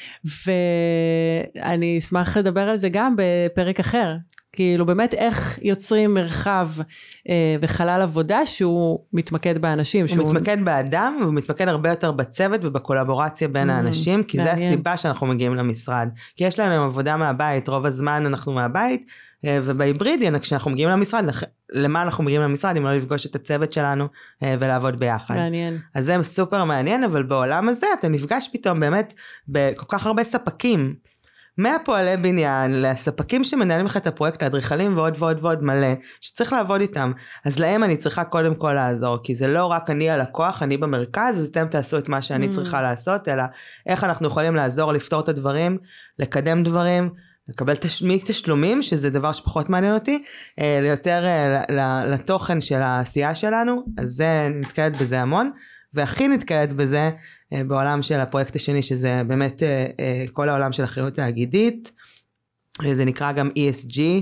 ואני אשמח לדבר על זה גם בפרק אחר, כאילו באמת איך יוצרים מרחב וחלל עבודה שהוא מתמקד באנשים. הוא מתמקד באדם, והוא מתמקד הרבה יותר בצוות ובקולבורציה בין האנשים, כי זה הסיבה שאנחנו מגיעים למשרד. כי יש לנו עבודה מהבית, רוב הזמן אנחנו מהבית, ובהיברידי, כשאנחנו מגיעים למשרד, למה אנחנו מגיעים למשרד, אם לא לפגוש את הצוות שלנו ולעבוד ביחד. מעניין. אז זה סופר מעניין, אבל בעולם הזה אתה נפגש פתאום באמת בכל כך הרבה ספקים, מהפועלי בניין, לספקים שמנהלים לך את הפרויקט, לאדריכלים ועוד ועוד ועוד מלא, שצריך לעבוד איתם. אז להם אני צריכה קודם כל לעזור, כי זה לא רק אני הלקוח, אני במרכז, אז אתם תעשו את מה שאני צריכה לעשות, אלא איך אנחנו יכולים לעזור, לפתור את הדברים, לקדם דברים, לקבל תשלומים, שזה דבר שפחות מעניין אותי, ליותר לתוכן של העשייה שלנו, אז זה נתקלת בזה המון, והכי נתקלת בזה בעולם של הפרויקט השני, שזה באמת כל העולם של אחריות תאגידית, זה נקרא גם ESG,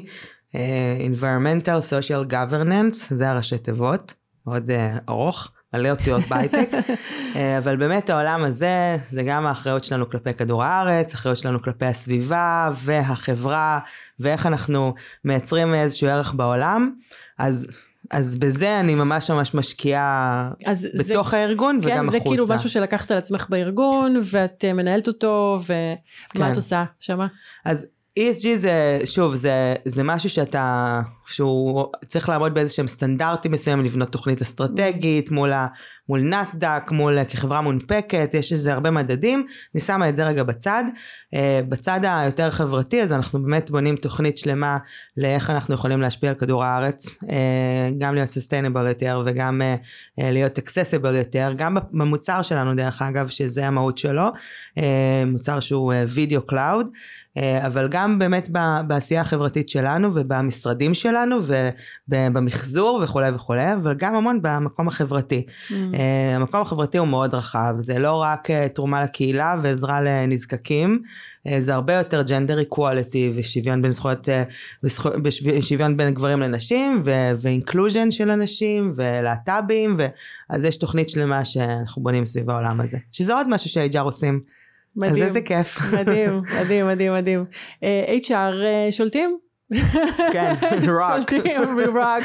environmental social governance, זה הראשי תיבות, מאוד ארוך, מלא אותיות בהייטק, אבל באמת העולם הזה, זה גם האחריות שלנו כלפי כדור הארץ, האחריות שלנו כלפי הסביבה והחברה, ואיך אנחנו מייצרים איזשהו ערך בעולם, אז בזה אני ממש משקיעה בתוך הארגון וגם החוצה. כן, זה כאילו משהו שלקחת על עצמך בארגון, ואת מנהלת אותו, ומה את עושה שמה? אז ESG זה, שוב, זה משהו שהוא צריך לעמוד באיזשהם סטנדרטים מסוים, לבנות תוכנית אסטרטגית מול נסדק, כחברה מונפקת, יש איזה הרבה מדדים, אני שמה את זה רגע בצד. בצד היותר חברתי, אז אנחנו באמת בונים תוכנית שלמה לאיך אנחנו יכולים להשפיע על כדור הארץ, גם להיות sustainable יותר וגם להיות accessible יותר, גם במוצר שלנו דרך אגב, שזה המהות שלו, מוצר שהוא video cloud, אבל גם באמת בעשייה החברתית שלנו ובמשרדים שלנו ובמחזור וכו' וכו', אבל גם המון במקום החברתי. המקום החברתי הוא מאוד רחב, זה לא רק תרומה לקהילה ועזרה לנזקקים, זה הרבה יותר gender equality ושוויון בין זכויות, שוויון בין גברים לנשים ואינקלוז'ן של אנשים ולהט"בים, אז יש תוכנית שלמה שאנחנו בונים סביב העולם הזה, שזה עוד משהו ש-HR עושים. מדהים, אז איזה כיף. מדהים, מדהים, מדהים, מדהים. HR שולטים? כן, רוק. שולטים, רוק.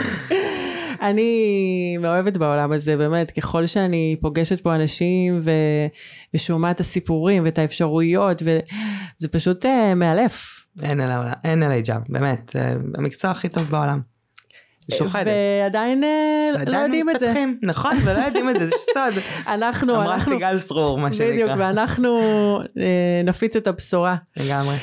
אני מאוהבת בעולם הזה, באמת, ככל שאני פוגשת פה אנשים ושומעת את הסיפורים ואת האפשרויות, וזה פשוט מאלף. אין על HR, באמת, המקצוע הכי טוב בעולם. ועדיין לא יודעים את זה. נכון, ולא יודעים את זה, זה סוד. אמרה סיגל סרור, מה שנקרא. בדיוק, ואנחנו נפיץ את הבשורה. לגמרי.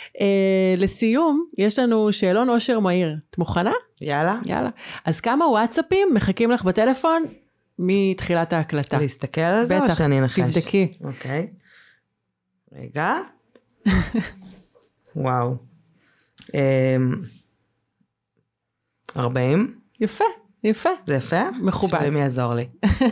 לסיום, יש לנו שאלון אושר מהיר. את מוכנה? יאללה. יאללה. אז כמה וואטסאפים מחכים לך בטלפון מתחילת ההקלטה? להסתכל על זה או שאני נחש? בטח, תבדקי. אוקיי. רגע. וואו. 40. יפה, יפה. זה יפה? מכובד. ומי יעזור לי.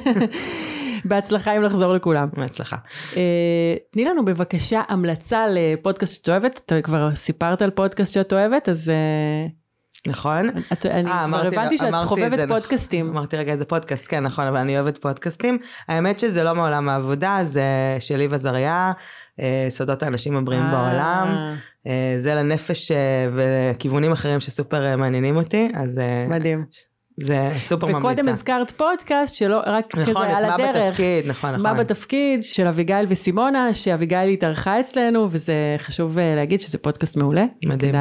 בהצלחה אם לחזור לכולם. בהצלחה. תני לנו בבקשה המלצה לפודקאסט שאת אוהבת, אתה כבר סיפרת על פודקאסט שאת אוהבת, אז... נכון. אני כבר הבנתי שאת חובבת פודקאסטים. אמרתי רגע איזה פודקאסט, כן נכון, אבל אני אוהבת פודקאסטים. האמת שזה לא מעולם העבודה, זה שלי וזריה, סודות האנשים הבריאים בעולם. זה לנפש וכיוונים אחרים שסופר מעניינים אותי, אז... מדהים. זה סופר ממליצה. וקודם הזכרת פודקאסט שלא רק כזה על הדרך. מה בתפקיד, נכון. מה בתפקיד של אביגיל וסימונה, שאביגיל התארחה אצלנו, וזה חשוב להגיד שזה פודקאסט מעולה. מדהים.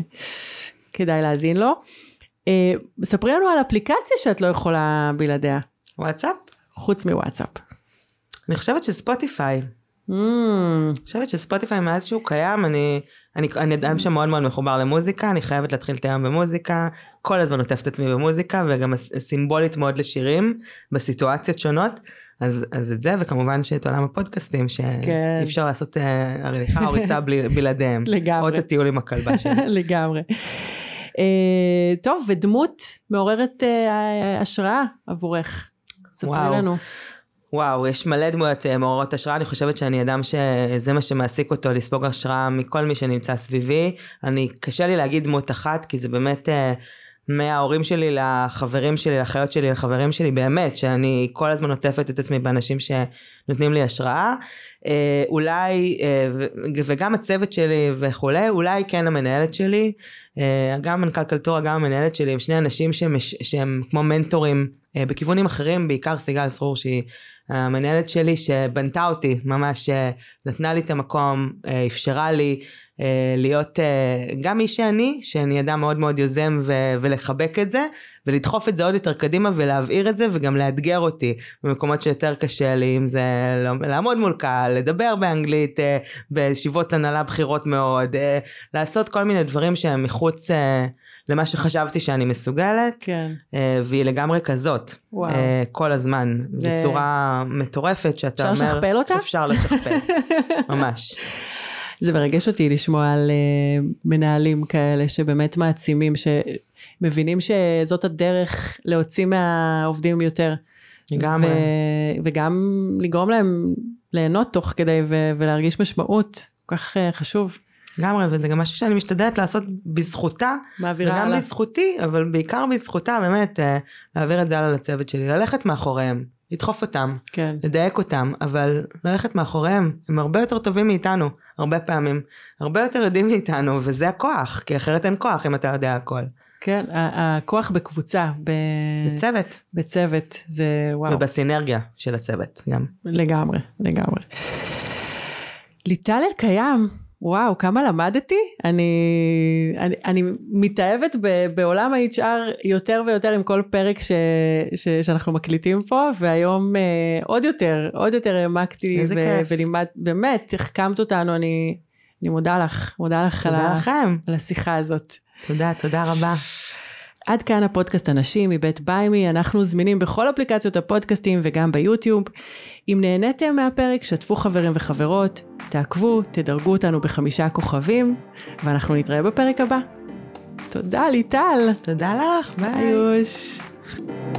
כדאי להזין לו. ספרי לנו על אפליקציה שאת לא יכולה בלעדיה. וואטסאפ? חוץ מוואטסאפ. אני חושבת שספוטיפיי. אני חושבת שספוטיפיי מאז שהוא קיים, אני אדם שמאוד מאוד מחובר למוזיקה, אני חייבת להתחיל את היום במוזיקה, כל הזמן נוטפת עצמי במוזיקה, וגם סימבולית מאוד לשירים, בסיטואציות שונות, אז את זה, וכמובן שאת עולם הפודקאסטים, שאי אפשר לעשות הליכה או ריצה בלעדיהם. לגמרי. או את הטיול עם הכלבה שלי. לגמרי. טוב, ודמות מעוררת השראה עבורך. ספרי לנו. וואו, יש מלא דמויות מעוררות השראה, אני חושבת שאני אדם שזה מה שמעסיק אותו, לספוג השראה מכל מי שנמצא סביבי, קשה לי להגיד דמות אחת, כי זה באמת מההורים שלי לחברים שלי, לחיות שלי, לחברים שלי, באמת שאני כל הזמן נוטפת את עצמי באנשים שנותנים לי השראה, אולי, וגם הצוות שלי וכולי, אולי כן המנהלת שלי, גם מנכ"ל קלטורה, גם המנהלת שלי, הם שני אנשים שהם כמו מנטורים בכיוונים אחרים, בעיקר סיגל סרור שהיא המנהלת שלי שבנתה אותי, ממש נתנה לי את המקום, אפשרה לי להיות גם מי שאני אדם מאוד מאוד יוזם ולחבק את זה, ולדחוף את זה עוד יותר קדימה ולהבעיר את זה, וגם לאתגר אותי במקומות שיותר קשה לי, אם זה לעמוד מול קהל, לדבר באנגלית, בישיבות הנהלה בחירות מאוד, לעשות כל מיני דברים שהם מחוץ למה שחשבתי שאני מסוגלת, כן. והיא לגמרי כזאת, כל הזמן, בצורה מטורפת, שאתה אומר, אפשר לשכפל אותה? אפשר לשכפל, ממש. זה מרגש אותי לשמוע על מנהלים כאלה, שבאמת מעצימים, שמבינים שזאת הדרך להוציא מהעובדים יותר. לגמרי. וגם לגרום להם ליהנות תוך כדי, ולהרגיש משמעות, כל כך חשוב. לגמרי, וזה גם משהו שאני משתדלת לעשות בזכותה, וגם בזכותי, אבל בעיקר בזכותה, באמת, להעביר את זה על הצוות שלי, ללכת מאחוריהם, לדחוף אותם, כן. לדייק אותם, אבל ללכת מאחוריהם, הם הרבה יותר טובים מאיתנו, הרבה פעמים, הרבה יותר יודעים מאיתנו, וזה הכוח, כי אחרת אין כוח אם אתה יודע הכל. כן, הכוח בקבוצה, בצוות. בצוות, זה וואו. ובסינרגיה של הצוות גם. לגמרי, לגמרי. ליטל אלקיים, וואו, כמה למדתי. אני מתאהבת בעולם ה-HR יותר ויותר עם כל פרק שאנחנו מקליטים פה, והיום עוד יותר העמקתי ולימד, באמת, החכמת אותנו, אני מודה לך על השיחה הזאת. תודה רבה. עד כאן הפודקאסט אנשים מבית ביימי, אנחנו זמינים בכל אפליקציות הפודקאסטים וגם ביוטיוב. אם נהניתם מהפרק, שתפו חברים וחברות, תעקבו, תדרגו אותנו ב5 כוכבים, ואנחנו נתראה בפרק הבא. תודה ליטל. תודה לך, ביי. ביי.